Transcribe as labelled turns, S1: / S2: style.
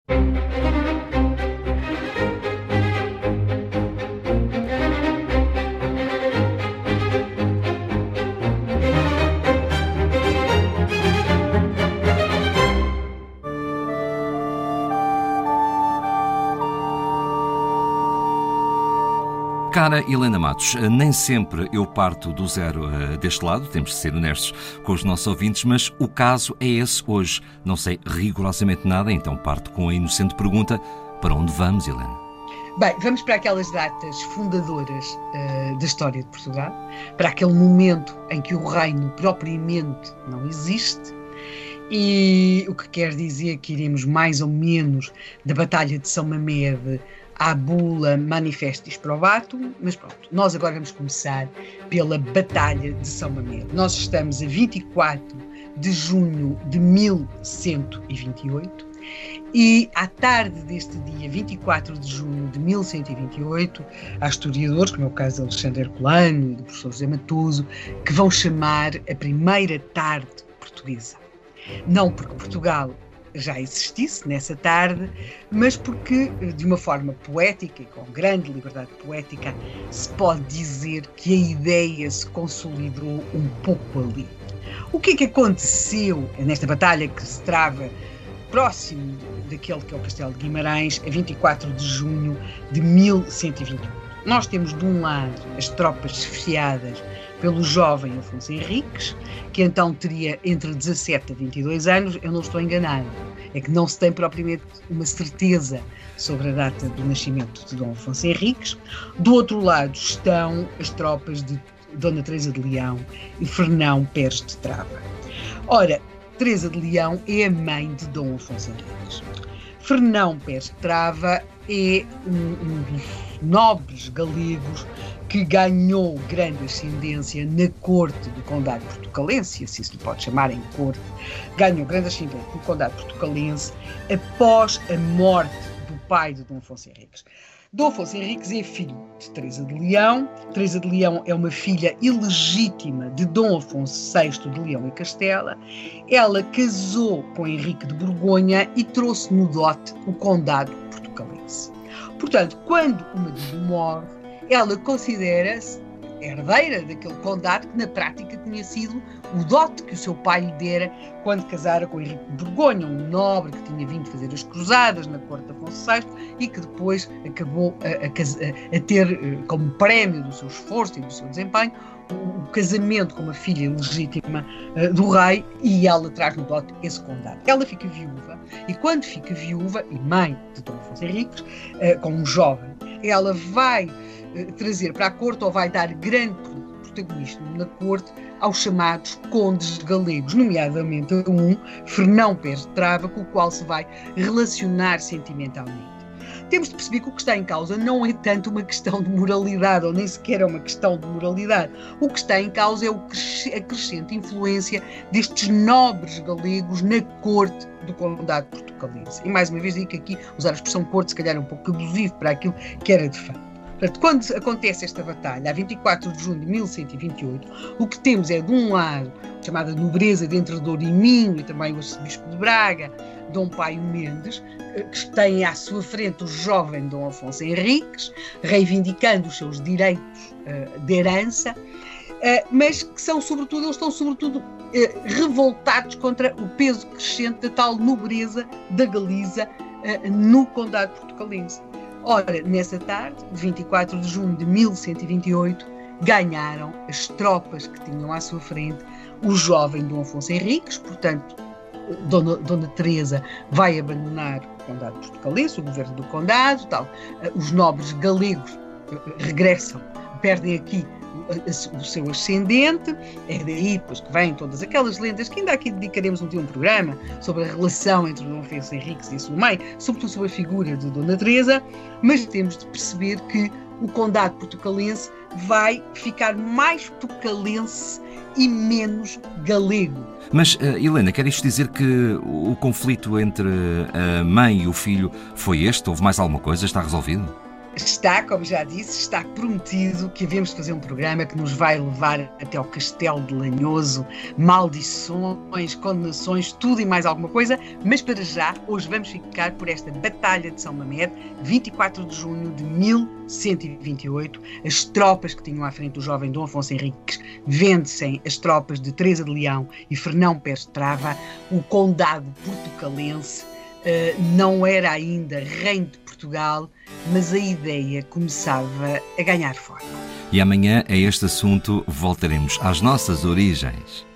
S1: Cara Helena Matos, nem sempre eu parto do zero deste lado, temos de ser honestos com os nossos ouvintes, mas o caso é esse hoje. Não sei rigorosamente nada, então parto com a inocente pergunta: para onde vamos, Helena?
S2: Bem, vamos para aquelas datas fundadoras da história de Portugal, para aquele momento em que o reino propriamente não existe, e o que quer dizer que iremos mais ou menos da Batalha de São Mamede à bula Manifestis Probatum, mas pronto, nós agora vamos começar pela Batalha de São Mamede. Nós estamos a 24 de junho de 1128 e à tarde deste dia, 24 de junho de 1128, há historiadores, como é o caso de Alexandre Herculano e do professor José Matoso, que vão chamar a primeira tarde portuguesa. Não porque Portugal já existisse nessa tarde, mas porque, de uma forma poética e com grande liberdade poética, se pode dizer que a ideia se consolidou um pouco ali. O que é que aconteceu nesta batalha que se trava próximo daquele que é o Castelo de Guimarães, a 24 de junho de 1128? Nós temos de um lado as tropas chefiadas pelo jovem Afonso Henriques, que então teria entre 17 a 22 anos. Eu não estou enganado, é que não se tem propriamente uma certeza sobre a data do nascimento de Dom Afonso Henriques. Do outro lado estão as tropas de Dona Teresa de Leão e Fernão Pérez de Trava. Ora, Teresa de Leão é a mãe de Dom Afonso Henriques. Fernão Pérez de Trava é um dos nobres galegos que ganhou grande ascendência na corte do Condado Portucalense, se isso lhe pode chamar em corte, ganhou grande ascendência no Condado Portucalense após a morte do pai de Dom Afonso Henriques. Dom Afonso Henriques é filho de Teresa de Leão. Teresa de Leão é uma filha ilegítima de Dom Afonso VI de Leão e Castela. Ela casou com Henrique de Borgonha e trouxe no dote o Condado Portucalense. Portanto, quando o marido morre, ela considera-se herdeira daquele condado que na prática tinha sido o dote que o seu pai lhe dera quando casara com Henrique de Borgonha, um nobre que tinha vindo fazer as cruzadas na corte de Afonso VI e que depois acabou a ter como prémio do seu esforço e do seu desempenho o casamento com uma filha legítima do rei, e ela traz no dote esse condado. Ela fica viúva, e quando fica viúva e mãe de Dom Afonso Henriques, com um jovem, ela vai trazer para a corte, ou vai dar grande protagonismo na corte, aos chamados condes galegos, nomeadamente a um Fernão Pérez de Trava, com o qual se vai relacionar sentimentalmente. Temos de perceber que o que está em causa não é tanto uma questão de moralidade, ou nem sequer é uma questão de moralidade. O que está em causa é a crescente influência destes nobres galegos na corte do Condado Portucalense. E mais uma vez digo que aqui usar a expressão corte se calhar é um pouco abusivo para aquilo que era de fato. Portanto, quando acontece esta batalha, a 24 de junho de 1128, o que temos é, de um lado, a chamada nobreza de Entre Douro e Minho, e também o arcebispo de Braga, Dom Paio Mendes, que tem à sua frente o jovem Dom Afonso Henriques, reivindicando os seus direitos de herança, mas que são, sobretudo, eles estão sobretudo revoltados contra o peso crescente da tal nobreza da Galiza no Condado Portucalense. Ora, nessa tarde, de 24 de junho de 1128, ganharam as tropas que tinham à sua frente o jovem Dom Afonso Henriques. Portanto, Dona Teresa vai abandonar o Condado Portucalense, o governo do Condado, tal. Os nobres galegos regressam, perdem aqui o seu ascendente. É daí depois que vêm todas aquelas lendas que ainda aqui dedicaremos um programa sobre a relação entre Dom Afonso Henriques e a sua mãe, sobretudo sobre a figura de Dona Teresa, mas temos de perceber que o Condado Portucalense vai ficar mais portucalense e menos galego.
S1: Mas, Helena, quer isto dizer que o conflito entre a mãe e o filho foi este? Houve mais alguma coisa? Está resolvido?
S2: Está, como já disse, está prometido que havemos de fazer um programa que nos vai levar até ao Castelo de Lanhoso, maldições, condenações, tudo e mais alguma coisa, mas para já, hoje vamos ficar por esta Batalha de São Mamede, 24 de junho de 1128, as tropas que tinham à frente o jovem Dom Afonso Henriques vencem as tropas de Teresa de Leão e Fernão Pérez de Trava, o condado portucalense não era ainda reino de Portugal, mas a ideia começava a ganhar forma.
S1: E amanhã a este assunto voltaremos às nossas origens.